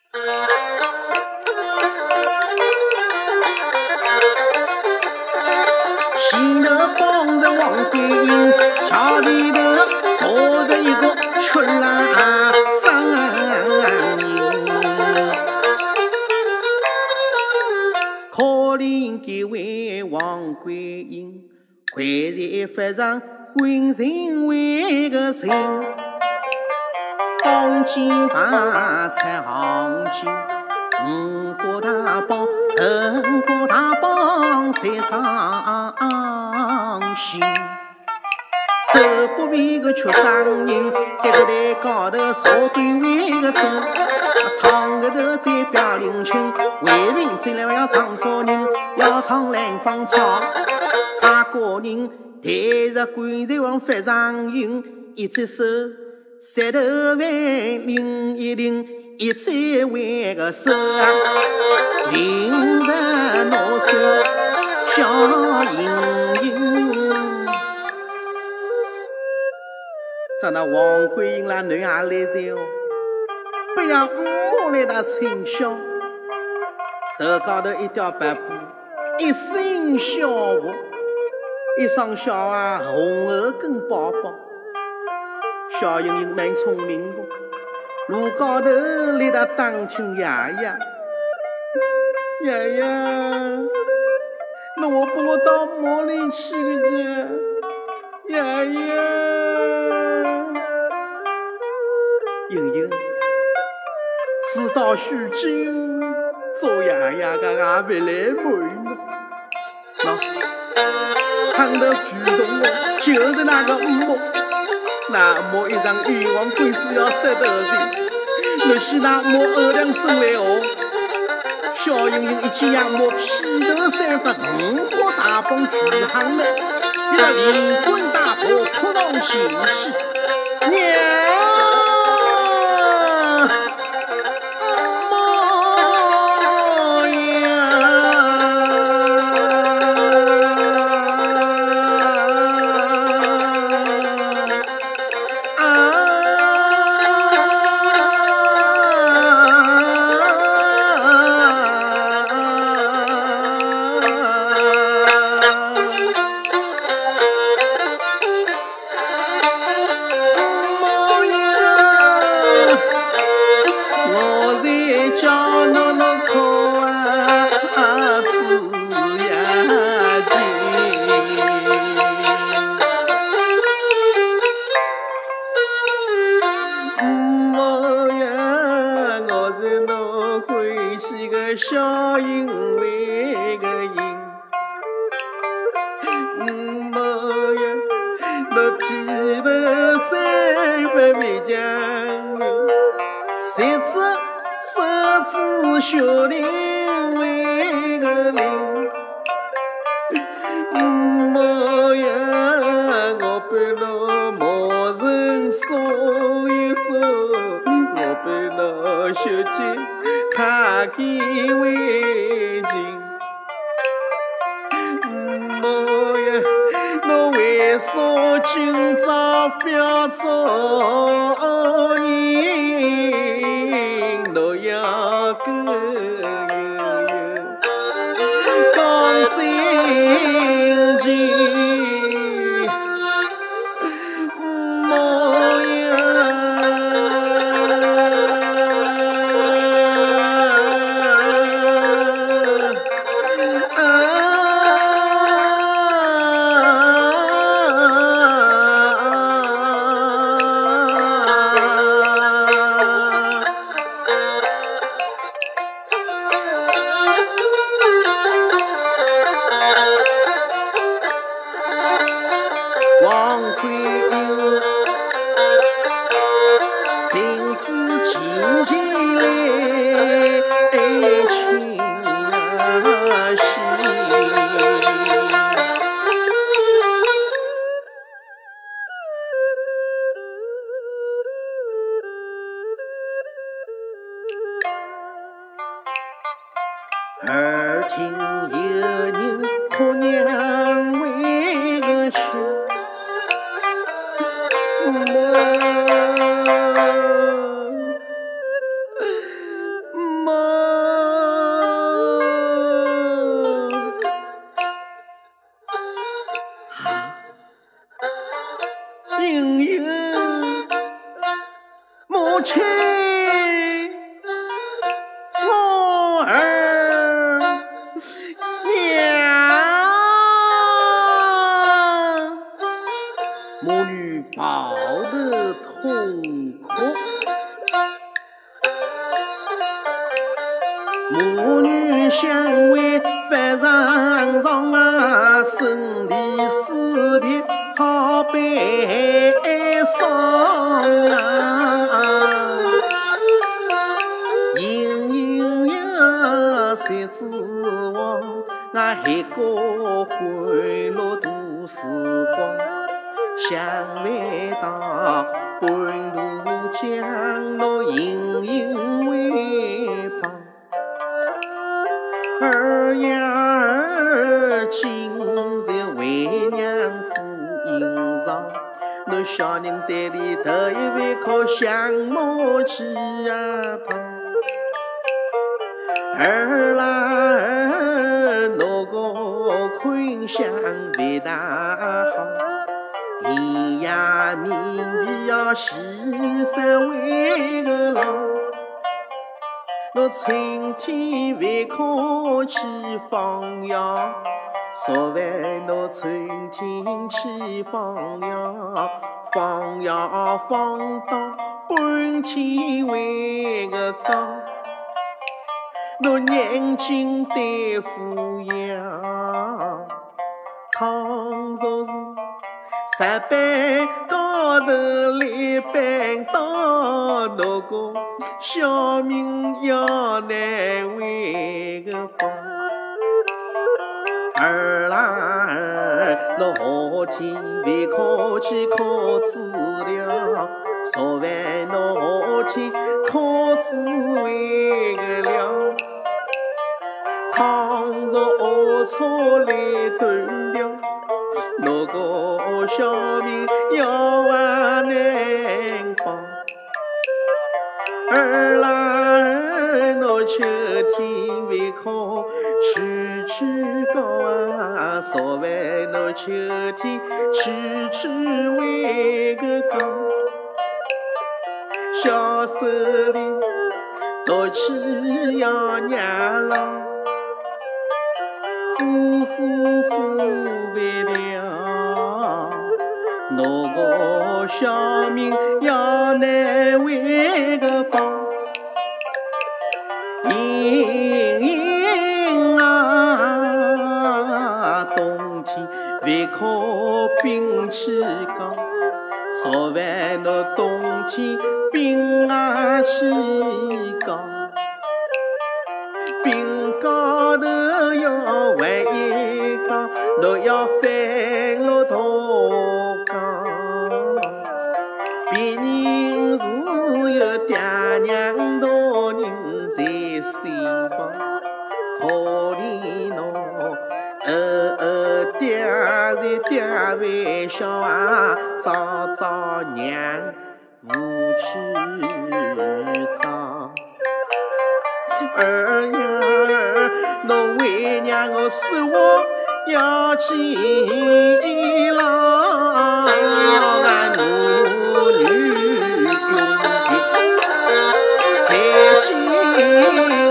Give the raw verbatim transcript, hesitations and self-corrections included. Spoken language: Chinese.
西头帮着王桂英，桥里头坐着一个缺郎商人，可怜这位王桂英，快才发上浑身为个心，当今大菜行情，五花大绑，五花大绑才上心。走不为个缺商人，这个台高头少对为个真，唱个头在表灵清，为民进来要唱啥人，要唱南方草，他个人抬着棺材往发上迎，一只手三头万另一领，一再为个手领着拿手笑盈盈。咱那王桂英啦，囡也来在哦，不要我来打清香，头高头一条白布，一身小服，一双小啊红耳根包包，小莹莹蛮聪明的，路高头来打打听爷爷，爷爷，那我把我到哪里去呢？爷爷。莹莹，事到如今，做爷爷的也不来瞒了。喏，看到举动的就是那个母，那母一场冤枉官司要杀头人，你是那母二两生来哦。小莹莹一见爷母披头散发，五花大绑举行了，一个连滚带爬扑上前去，娘。小因为个因，妈呀，那披头散发没讲人，谁知手指小灵为个灵，妈呀，我被那毛人送一送，我被那小姐。卡给为情，妈呀！我为啥今朝不要做人？我要跟讲心情，妈呀！王桂英心知情情来情啊心，耳听有人哭娘为个去。 母女相会发常常啊，生离死别好悲伤啊。隐隐约谁知我那海角欢乐度时光，想未到半路将我隐隐为旁。儿呀儿，今日为娘赴营场，侬小人堆里头一碗烤香茅鸡呀汤。儿啦儿，侬个困相别大好，咿呀咪咪呀西山为个郎。我春天为可去放羊，昨晚我春天去放羊，放羊放到半天为个讲，我眼睛对付羊，倘若是石板高头来绊倒，那个小命要难为个帮。儿啦儿，我夏天为考去考资料，昨晚我夏天考资为个了，倘若学错来断了，那个小命要还难帮。儿啦儿，我秋天为考曲曲高啊，昨晚我秋天曲曲为个高，小手里读起要娘郎，夫夫夫为了，那个小命要难为个帮。隐隐啊，冬天为考冰气讲，昨晚那冬天冰啊气讲，冰高头要还一讲，侬要翻落头讲，别人是有爹娘大人在身旁，可怜侬呃呃爹在爹微笑啊，早早娘无去早。儿呀儿，侬为娘我说我要见郎，俺母女永别在心。